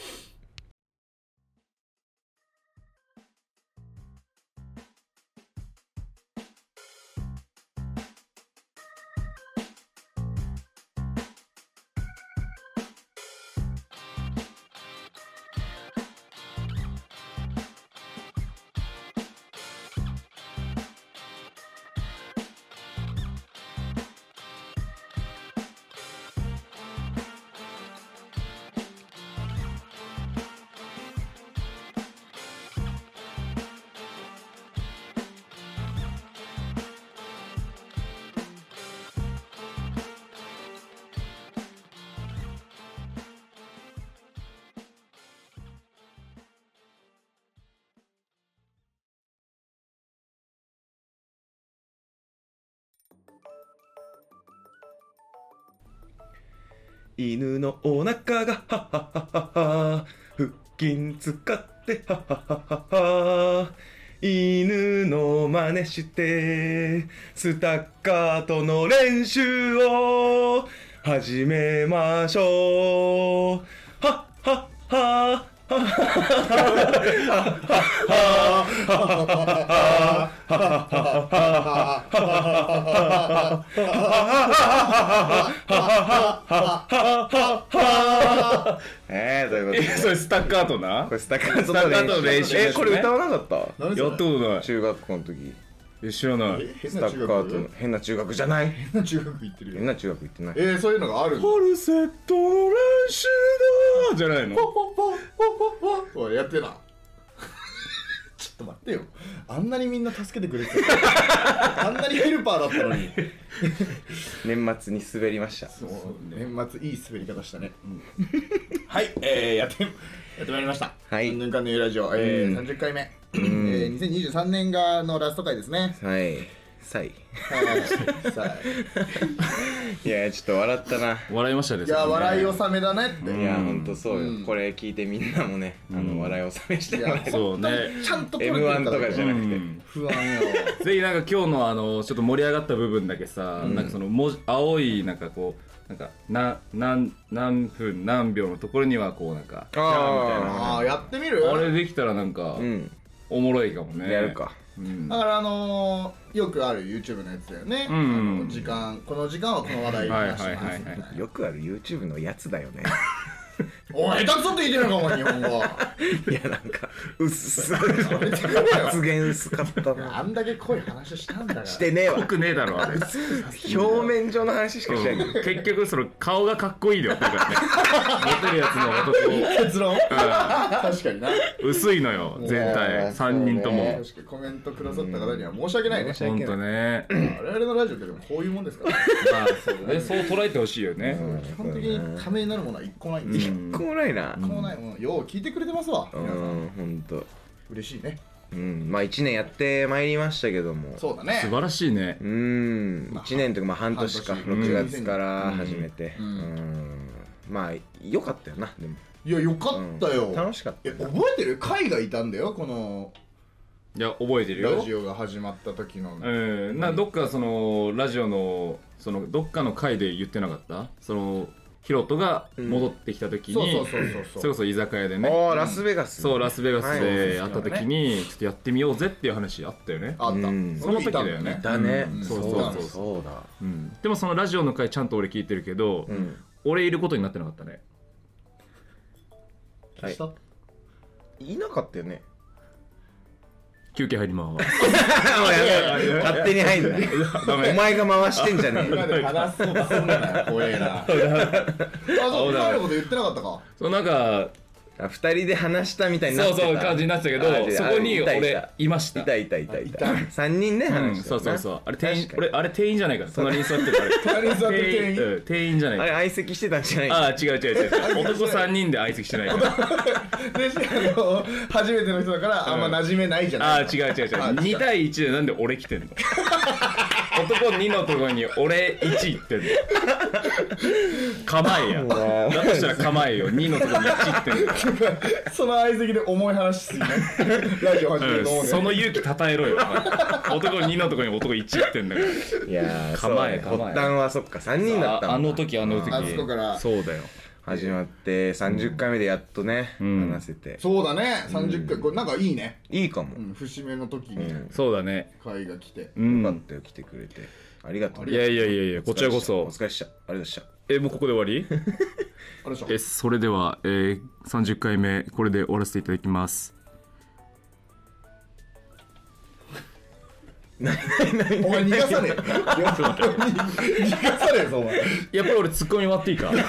犬のお腹がははははは腹筋使ってははははは犬の真似してスタッカートの練習を始めましょうはっはっははっえー、どういうことえ、それスタッカートなこれスタッカートスタッカートの練習ですねえ、これ歌わなかった何それやったことない。 中学校の時え、知らない。 変スタッカな中学ートの変な中学じゃない変な中学行ってるよ。 変な中学行ってないえー、そういうのがあるんだ。 ファルセットの練習だじゃないの？ ポポポポポポおいやってな。ちょっと待ってよ。あんなにみんな助けてくれてたあんなにヘルパーだったのに。 年末に滑りましたそう年末いい滑り方したね、うん、はいえー、やってやってまいりましたはいぬんかんぬゆラジオ、えーうんさんじゅっかいめ、えー、にせんにじゅうさんねんがのラスト回ですねはいさいはいさいやちょっと笑ったな笑いましたね。 あいや笑いを。 納めだねって、 いやほんとそうよ、 うんこれ聞いてみんなもねあの、 うん笑い納めしてもらえるそうね。 ちゃんと取れてエムワンるとかじゃなくて、 うん不安よぜひなんか今日のあのちょっと盛り上がった部分だけさ、 うんなんかその文字青いなんかこうなんかな何何分何秒のところにはこうなんかあーみたいなああやってみるあれできたらなんかうんおもろいかもね。 やるかうんだからあのー、よくある YouTube のやつだよね、 うんあの時間この時間はこの話題を話してますはいはいはいはいみたいなよくある YouTube のやつだよねおい下手くそって言ってるのかお前日本語いやなんかうっすやめてくれよ発言薄かったなあんだけ濃い話したんだからしてねえわ濃くねえだろあれ。 表面上の話しかしない、 うん結局その顔がかっこいいでよだからね。モテるやつの男結論確かにな薄いのよ全いや体ー三人とも。 確かにコメントくださった方には申し訳ないね申し訳ほんとね。 我々のラジオってでもこういうもんですからまあそうねそう捉えてほしいよね。 基本的にためになるものは一個ないんですようん一個もないな一個もないものよう聞いてくれてますわうん皆さんほんと嬉しいねうんまあいちねんやってまいりましたけどもそうだね素晴らしいねう。んまあいちねんというかまあ半年か半年ろくがつから始めてううんんまあ良かったよなでもいやよかったようん楽しかったえ覚えてる海がいたんだよこのいや覚えてるよラ。ジオが始まった時のうん、などっかそのラジオのそのどっかの回で言ってなかったそのヒロトが戻ってきた時に、 そうそうそうそうそれこそ居酒屋でねああラスベガスそうラスベガスはいで会った時にちょっとやってみようぜっていう話あったよね、 あったうんその時だよねだねうんそうそうそうそうだうん、でもそのラジオの回ちゃんと俺聞いてるけど、 うん俺いることになってなかったね。 消したいなかったよね休憩入ります勝手に入んなダメお前が回してんじゃねえ今で話そうとすんなよ怖えなあそうお前のこと言ってなかったかそうなんかあ二人で話したみたいになってたそうそう感じになってたけどあそこにいたいた俺いましたいたいたいたいたい三人でうん、 話したよなそうそうそうあれ店員確かに俺あれ店員じゃないから隣に座ってるあれ隣に座ってる店員うん店員じゃないあれ相席してたんじゃないああ違う違う違う男さんにんで相席してないからであの初めての人だからあんま馴染めないじゃないああ違う違う違うに対いちでなんで俺来てんの男にのところに俺いちいってんの構えやだとしたら構えよにのところにいちいってんのその相席で重い話しすぎねラジオ始めると思うね、 その勇気たたえろよ男にのところに男いちいってんだからいやー構えそうね構え発端はそっかさんにんだったもんああの時あの時あそこからそうだよ始まってさんじゅっかいめでやっとね、 うん話せてそうだねさんじゅっかい、これなんかいいね、 いいかも、 うん、節目の時にそうだね会が来て、 うんよかったよ来てくれてありがとういやいやいやいやこちらこそお疲れっしたありがとうございましたえもうここで終わりあれでしょえそれでは、えー、さんじゅっかいめこれで終わらせていただきますお前逃がさねえよ逃がさねえぞお前やっぱり俺ツッコミ割っていいか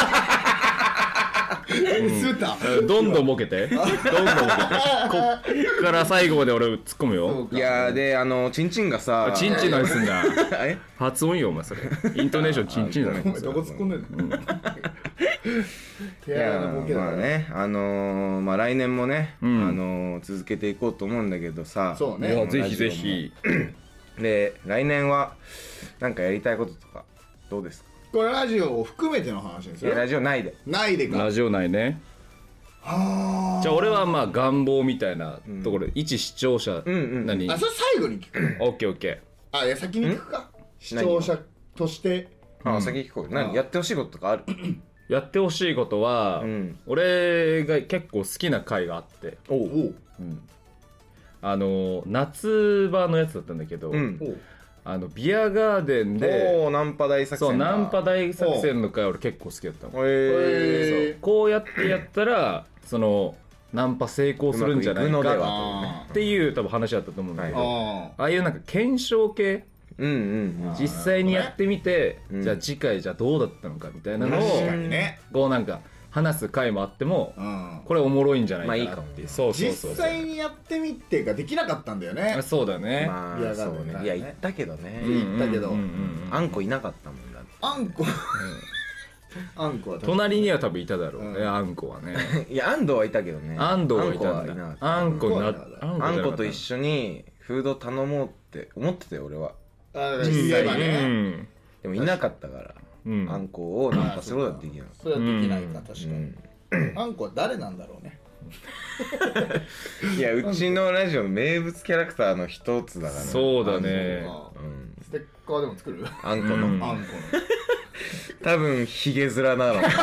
スタうんどんどんボケてどんどんボケてこっから最後まで俺突っ込むよいやーであのチンチンがさチンチン何すんだえ発音よお前それイントネーションチンチンだねお前どこ突っ込んでんの、手いや荒なボケだからまあねあのー、まあ来年もね、 うんあのー、続けていこうと思うんだけどさそうねいやぜひぜひで来年はなんかやりたいこととかどうですかこれラジオを含めての話ですよいやラジオないでないでかラジオ内ねはじゃあ俺はまあ願望みたいなところで一視聴者うんうん何あそれ最後に聞くオッケーオッケあいや先に聞くか視聴者としてあ、先聞こうよ何やってほしいこととかあるーやってほしいことはうん俺が結構好きな回があっておうおうあの夏場のやつだったんだけどうんおうあのビアガーデンでおーナンパ大作戦そうナンパ大大作戦の回俺結構好きだったのへへそうこうやってやったらそのナンパ成功するんじゃないかうまくいくのではあっていう多分話だったと思うんだけど、 あああいうなんか検証系うんうんうん実際にやってみて、 うんじゃあ次回じゃあどうだったのかみたいなのを確かにねこうなんか話す回もあってもうんこれおもろいんじゃないかなってまあいいかもねそうそうそう実際にやってみてができなかったんだよねあそうだね、 まビアあそうガーデンねねいや言ったけどねうん言ったけどうんうんうんあんこいなかったもんだってあんこあんこは隣には多分いただろうね、 うんあんこはねいや安藤はいたけどね安藤はいたんあんこはいなかだったあんこなあんこはあんこあんこと緒一緒にフード頼もうって思ってたよ俺はあ実際に言えばねうんでもいなかったからうんあんこをナンパすることはできなかっそれはできないかうん確かにうんあんこは誰なんだろうねたいやうちのラジオの名物キャラクターの一つだからねそうだねあんこがうんステッカーでも作るあんこの、 うんあんこ多分ヒゲ面なのの多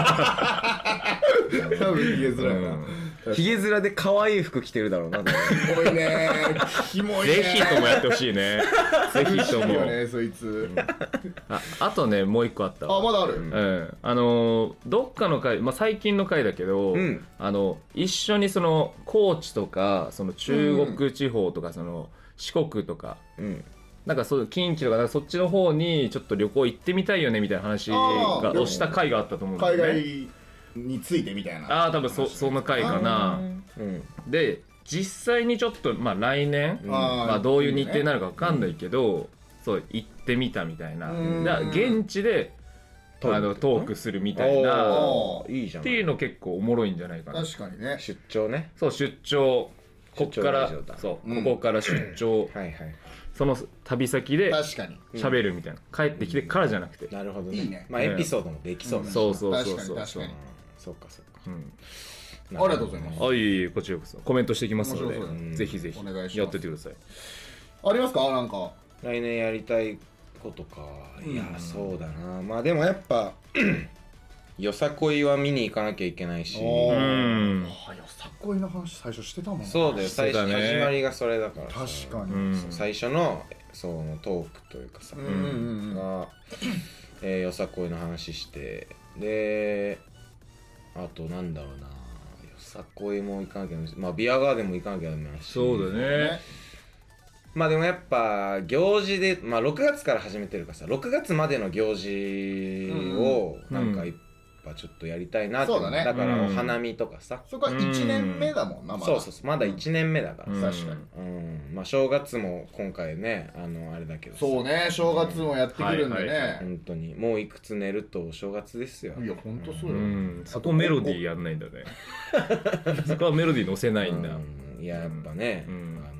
分言えづらいなヒゲ面で可愛い服着てるだろうな多分キモいねキモいねぜひともやってほしいねぜひといいもよねそいつああとねもう一個あったわあまだあるうん、あのーどっかの回、まあ、最近の回だけど、 うんあの一緒にその高知とかその中国地方とかその四国とか、 うんなんかそう近畿とかなんかそっちの方にちょっと旅行行ってみたいよねみたいな話あーがをした回があったと思うんだよ海ね。 外についてみたいなああ多分そその回かな。 うんで実際にちょっとまあ来年、 うんまあ、どういう日程になるかわかんないけど、そう行ってみたみたいな。 うんだから現地でトークあのトークするみたいな。 おーいいじゃんっていうの結構おもろいんじゃないかな。 確かにね出張ねそう出張こっか出張ラらジオだそう、 うんここから出張はいはいその旅先で確かに喋るみたいな、帰ってきてからじゃなくて、 なるほどねいいねまあエピソードもできそうだしそうそうそう確そうかに確かにそうかそうかうんありがとうございますあいえいえこちらこそコメントしていきますので面白そうだねぜひぜひお願いしますやってってください。 ありますかなんか来年やりたいことかいやうんそうだなまあでもやっぱよさこいは見に行かなきゃいけないしおーうんあよさこいの話最初してたもんなそうだよ最初してたね始まりがそれだからさ確かにうんそう最初のそのトークというかさうんうんうんが、えーよさこいの話してであとなんだろうなよさこいも行かなきゃダメだしまあビアガーデンも行かなきゃダメだしそうだねまあでもやっぱ行事でまあろくがつから始めてるからさろくがつまでの行事をなんかいっぱいちょっとやりたいなって、 そうだねからお花見とかさ、 そこはいちねんめだもんなまだそうそうそうまだいちねんめだからうんさ、 確かにうんまあ正月も今回ねあのあれだけどさそうね正月もやってくるんではいはいはね本当にもういくつ寝るとお正月ですよいやほんとそううよんそこメロディーやんないんだねそこはメロディー乗せないんだうんいややっぱね、 うんあの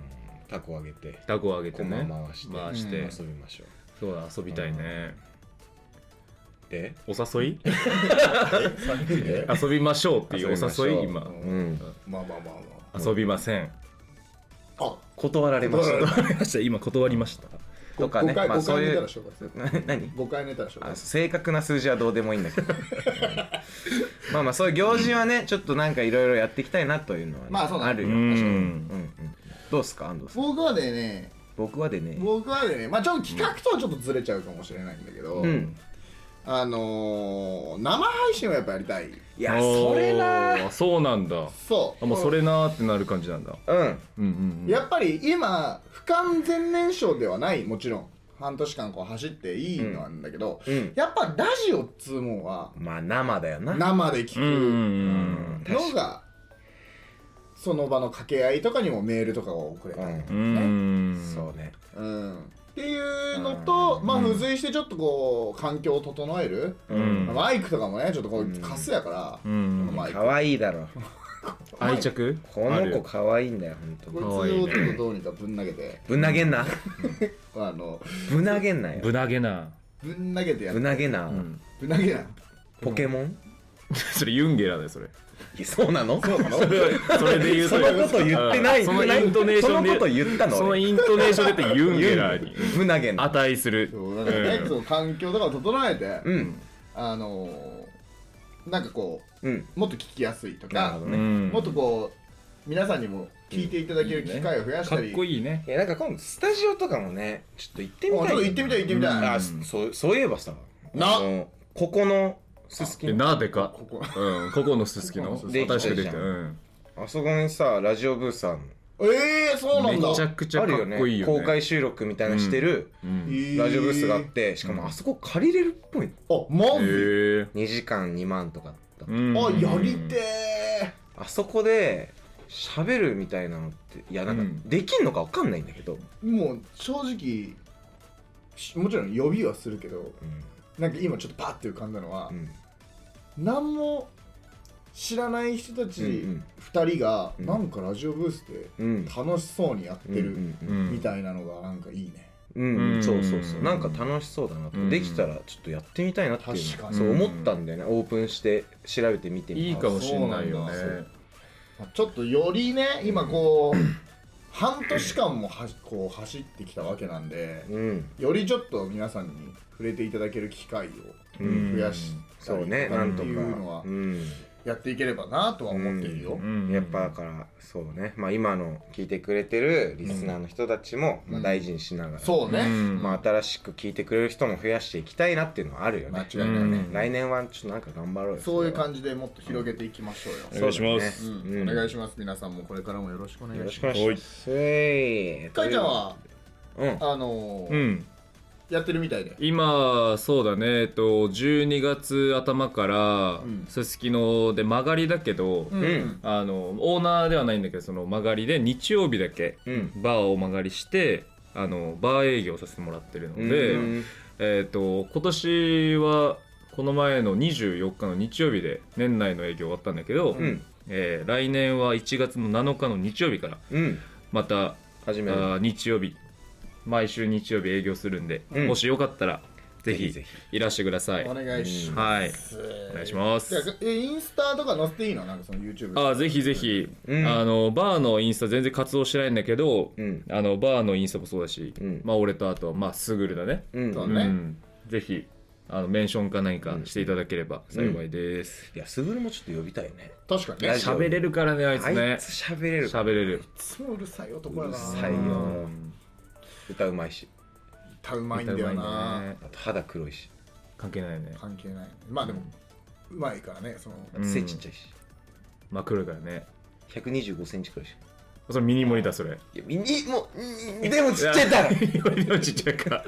タコあげてタコあげてねコマ回して回して遊びましょそうだ遊びたいねうでお誘いさんにんで遊びましょうっていうお遊びましょう誘い今うんまあまあまあま遊びませんああ断られまし断られた断りました今断りましたとかねごかいまあそういうごかい寝たら紹介するな何ごかい寝たら紹介あす正確な数字はどうでもいいんだけどまあまあそういう行事はねちょっとなんかいろいろやっていきたいなというのはね、 まあそうだねあるよ、 ううんうんんどうっすか安藤さんる僕はでね僕はでね僕はでねまあちょっと企画とはちょっとずれちゃうかもしれないんだけど、 うんあのー、生配信をやっぱやりたい。 いやそれなおーそうなんだそうあもうそれなーってなる感じなんだうんうんうんうんやっぱり今不完全燃焼ではないもちろん半年間こう走っていいのなんだけど、 うんやっぱラジオっつうもんはまあ生だよな生で聞うんうんくのがその場の掛け合いとかにもメールとかを送れたりとかうね、 んそうねうんっていうのと、まあ付随してちょっとこう環境を整える、 うんマイクとかもねちょっとこううんカスやから、 うんこのマイク可愛いだろ愛着この子可愛いんだよほんとこいつをちょっとどうにかぶん投げてぶん投げんなあのぶん投げんなよぶなげなぶん投げてやるぶん投げなうんぶん投げなポケモンそれユンゲラだよそれそうなのそうなのそれで言うとそのこと言ってないそのイントネーションでそのこと言ったのそのイントネーションで言ってユンゲラにぶん投げんな値するそうだからね、 うんその環境とかを整えて、 うんあのー、なんかこうんうもっと聞きやすいとかなるほどねうんもっとこう皆さんにも聞いていただける機会を増やしたかっり、 こいいねいやなんか今度スタジオとかもねちょっと行ってみたいあちょっと行ってみたい行ってみたい、 うんあそうそういえばさなあのここのすすきえのなでかここうんここのすすきのここのすすき新しくできたできたじゃんうんあそこにさラジオブースあるええー、そうなんだめちゃくちゃかっのあるよねこいいよね公開収録みたいなのしてるうんえーラジオブースがあってしかもあそこ借りれるっぽいあマジ、 へえにじかんにまんとかだったうんあやりてあそこで喋るみたいなのっていやなんかうんできんのかわかんないんだけど、 ーもう正直しもちろん呼びはするけどうんなんか今ちょっとパッて浮かんだのは、 うん何も知らない人たちうんうんふたりがうんなんかラジオブースでうん楽しそうにやってるうんうんみたいなのがなんかいいね、 うんうんうんそうそうそうなんか楽しそうだなと、 うんできたらちょっとやってみたいなっていう確かにのそう思ったんだよね、オープンして調べてみてみいいかもしれないよそうなんだねちょっとよりね今こう半年間もはこう走ってきたわけなんでうんよりちょっと皆さんに触れていただける機会をうん増やしたそうりとかってねなんとかいうのはうんやっていければなとは思っているよ、 うんやっぱだからそうねまあ今の聞いてくれてるリスナーの人たちも、 うんまあ、大事にしながら、 そうね、 うんまあ、新しく聞いてくれる人も増やしていきたいなっていうのはあるよね間違いないね、 うん来年はちょっとなんか頑張ろうよそういう感じでもっと広げていきましょうよ、 お願いしますそうだねうんお願いします皆さんもこれからもよろしくお願よろしいしますくお願いしますえいかいちゃんはうんあのーうんやってるみたいで今そうだねえっとじゅうにがつ頭からうんすすきので曲がりだけど、 うんんあのオーナーではないんだけどその曲がりで日曜日だけうんバーを曲がりしてあのバー営業させてもらってるので、 うんえっと今年はこの前のにじゅうよっかの日曜日で年内の営業終わったんだけど、 うんえー来年はいちがつのなのかの日曜日からうんまた始めるあー日曜日毎週日曜日営業するんで、 うんもしよかったらぜひぜひぜいらしてください。 お願いしまはいす、 お願いしますじゃあえインスタとか載せていいのなんかその YouTube あーぜひぜひ、 うんあのバーのインスタ全然活動してないんだけど、 うんあのバーのインスタもそうだし、 うんまあ俺とあとはまあスグルだね、 うんそうねん、ぜひあのメンションか何かしていただければ幸いです。 いやすぐるもちょっと呼びたいね確かにねラジオ喋、れるからねあいつあねいつ喋れる喋れる。 いつもうるさい男やなうるさいようん歌うまいし歌うまいんだよ歌うな、 まいねあと肌黒いし関係ないね。 関係ないまあでもうまいからねそのあと背ちっちゃいし真っ黒いからね。 ひゃくにじゅうごセンチくらいしそれミニモニターそれ。 いやミニもうでもちっちゃいだろミニモニターちっちゃいから。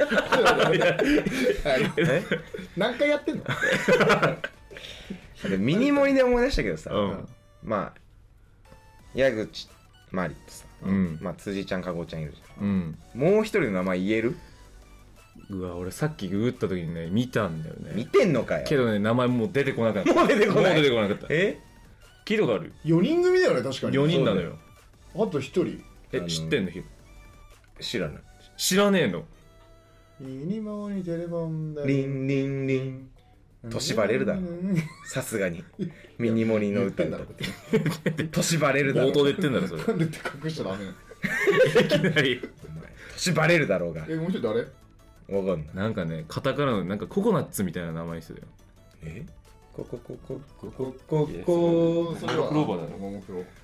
え何回やってんのでミニモニで思い出したけどさ、 うんまあ矢口まりとさ、 うんまあ辻ちゃんかごちゃんいるじうん。 ゃんもう一人の名前言えるうわ俺さっきググった時にね見たんだよ見ね。 てんのかよけどね名前もう出てこなかった。 もう出てこないもう出てこなかった。 え聞いたことある？ よにん組だよね確かによにんなのよ。 あとひとりえあの知ってんのひろ？ 知らない。 知らねえの。 いにもにテレフォンだリンリンリン年バレるだろさすがにミニモニの歌だろ年バレるだろ冒頭で言ってんだろそれ。 なんでって隠しちゃダメなのいきなり年バレるだろうが。 えもう一人誰？ わかんない。 なんかねカタカナのなんかココナッツみたいな名前してたよ。 えここここここここそれはクローバーだろももクロ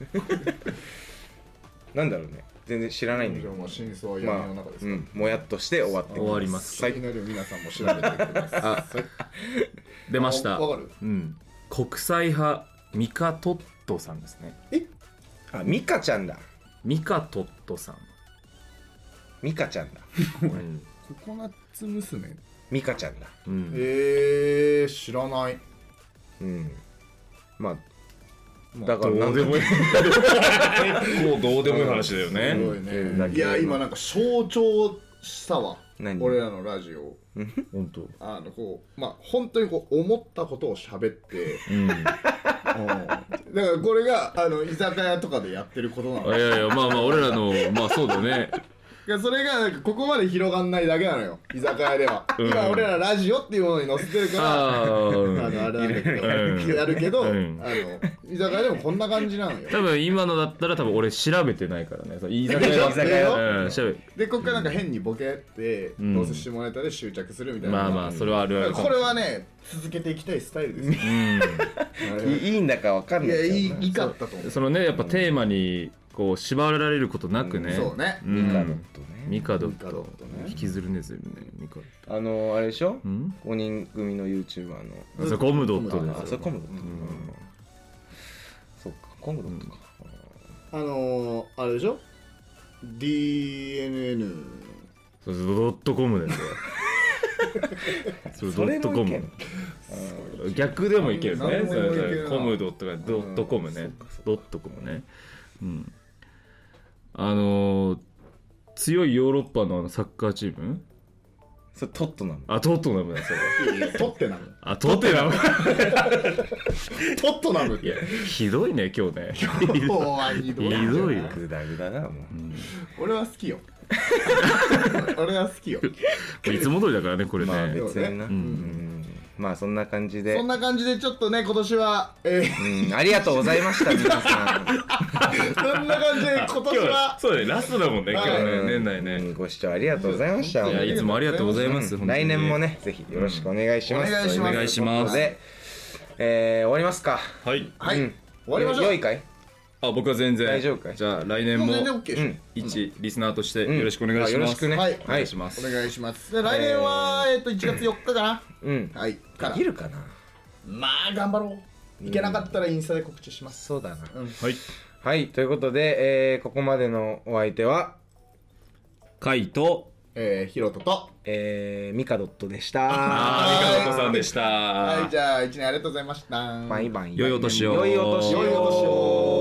なんだろうね、全然知らないんだけど、 じゃあまあ真相はまあ闇の中ですか、 うんもやっとして終わってき終わりますいきなり皆さんも調べてくださいあ出ました。 あわかる？ うん国際派ミカトットさんですね。 あミカちゃんだ。 ミカトットさん、 ミカちゃんだ。 うんココナッツ娘ミカちゃんだ。 うん、 えー、知らないうんまあまあだからなんかどうでもいい結構どうでもいい話だよすね。 ごいうんねいや今なんか象徴したわ何俺らのラジオ本当。 あのこうまあ本当にこう思ったことを喋ってうん。いうんだからこれがあの居酒屋とかでやってることなのやいやまあまあ俺らのまあそうだね。 いやそれがなんかここまで広がんないだけなのよ居酒屋では、 うん今俺らラジオっていうものに載せてるからああのあ。 あれなんだけど、 うんやるけど、 うんあの居酒屋でもこんな感じなのよ多分今のだったら多分俺調べてないからね。そう居酒屋居酒屋うん調べ。 でこっからなんか変にボケって、 うんどうせ下ネタで執着するみたいな、 まあまあそれはあるある。 これはね続けていきたいスタイルですようん。 いいいんだかわかんいやないけどないいいいかったと思うそのねやっぱテーマにこう縛られることなくね。 そうねうんミカドットね。 ミカドッミカドットトね引きずるね全部ねミカドット。 あのあれでしょうんごにん組の YouTuber のあそれコムドットうんですよ。 あそれコムドット、 うんそっかコムドットか、 あのー、あれでしょ ディーエヌエヌそうそうドットコムですよ。それドットコム。逆でもいけるね。 何でもいけるなそれコムドットがドットコムね。ドットコムね。うん。あのー、強いヨーロッパのあのサッカーチーム？ それトットなの。 あトットナムだそれ。 いやいやトッテナムあトッテナム。 トットナムっいやてひどいね今日ね。 おーひどいひどいよグダグダだもう、 俺は好きよ俺は好きよいつも通りだからねこれね。 まあ別にな、 ううんんまあそんな感じでそんな感じでちょっとね今年はえーうん、ありがとうございました皆さんそんな感じで今年今日はそうだねラストだもんね今日はいね年内うんね。 ご視聴ありがとうございましたいやいつもありがとうございます。 うん本当に来年も。ねぜひよろしくお願いします、 うんお願いしますお願いしますということで、えー、終わりますか。 はい。 はい、 うん終わりましょう良いかい。 あ僕は全然大丈夫かいじゃあ来年ももう全然 OK でしょ、 うん一リスナーとしてうんよろしくお願いします。 あよろしくねはいお願いします。 お願いしますで来年は、えー、といちがつよっかかなうんはいからできるかな。 まあ頑張ろういけなかったらインスタで告知します、 そうだな。 うんはい。 はいということで、えー、ここまでのお相手はカイとえー、ヒロトとえー、ミカドットでした。 あーミカドットさんでした。 はいじゃあいちねんありがとうございましたバイバイ。 良いお年を良いお年を。 良いお年を